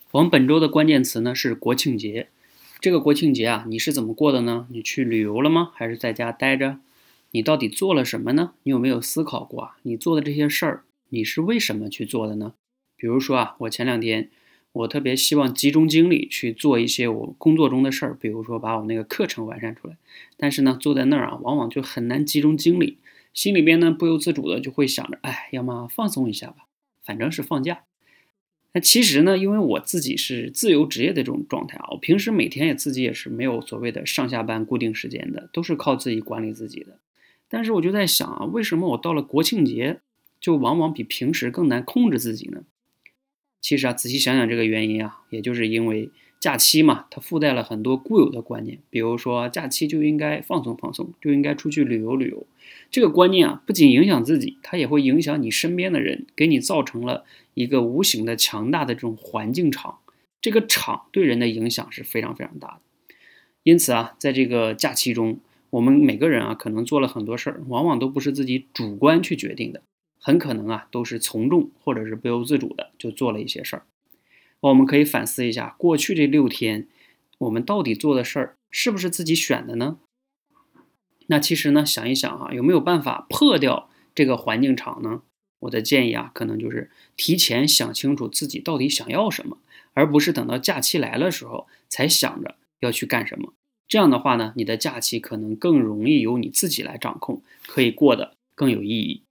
我们本周的关键词呢是国庆节。这个国庆节啊，你是怎么过的呢？你去旅游了吗？还是在家待着？你到底做了什么呢？你有没有思考过啊？你做的这些事儿，你是为什么去做的呢？比如说啊，我前2天我特别希望集中精力去做一些我工作中的事儿，比如说把我那个课程完善出来。但是呢，坐在那儿啊，往往就很难集中精力，心里边呢不由自主的就会想着，哎，要么放松一下吧，反正是放假。那其实呢，因为我自己是自由职业的这种状态啊，我平时每天自己也是没有所谓的上下班固定时间的，都是靠自己管理自己的。但是我就在想啊，为什么我到了国庆节，就往往比平时更难控制自己呢？其实啊，仔细想想这个原因啊，也就是因为假期嘛，它附带了很多固有的观念，比如说假期就应该放松放松，就应该出去旅游旅游。这个观念啊，不仅影响自己，它也会影响你身边的人，给你造成了一个无形的强大的这种环境场。这个场对人的影响是非常非常大的。因此啊，在这个假期中，我们每个人啊，可能做了很多事儿，往往都不是自己主观去决定的，很可能啊，都是从众或者是不由自主的就做了一些事儿。我们可以反思一下，过去这6天，我们到底做的事儿是不是自己选的呢？那其实呢，想一想啊，有没有办法破掉这个环境场呢？我的建议啊，可能就是提前想清楚自己到底想要什么，而不是等到假期来的时候才想着要去干什么。这样的话呢，你的假期可能更容易由你自己来掌控，可以过得更有意义。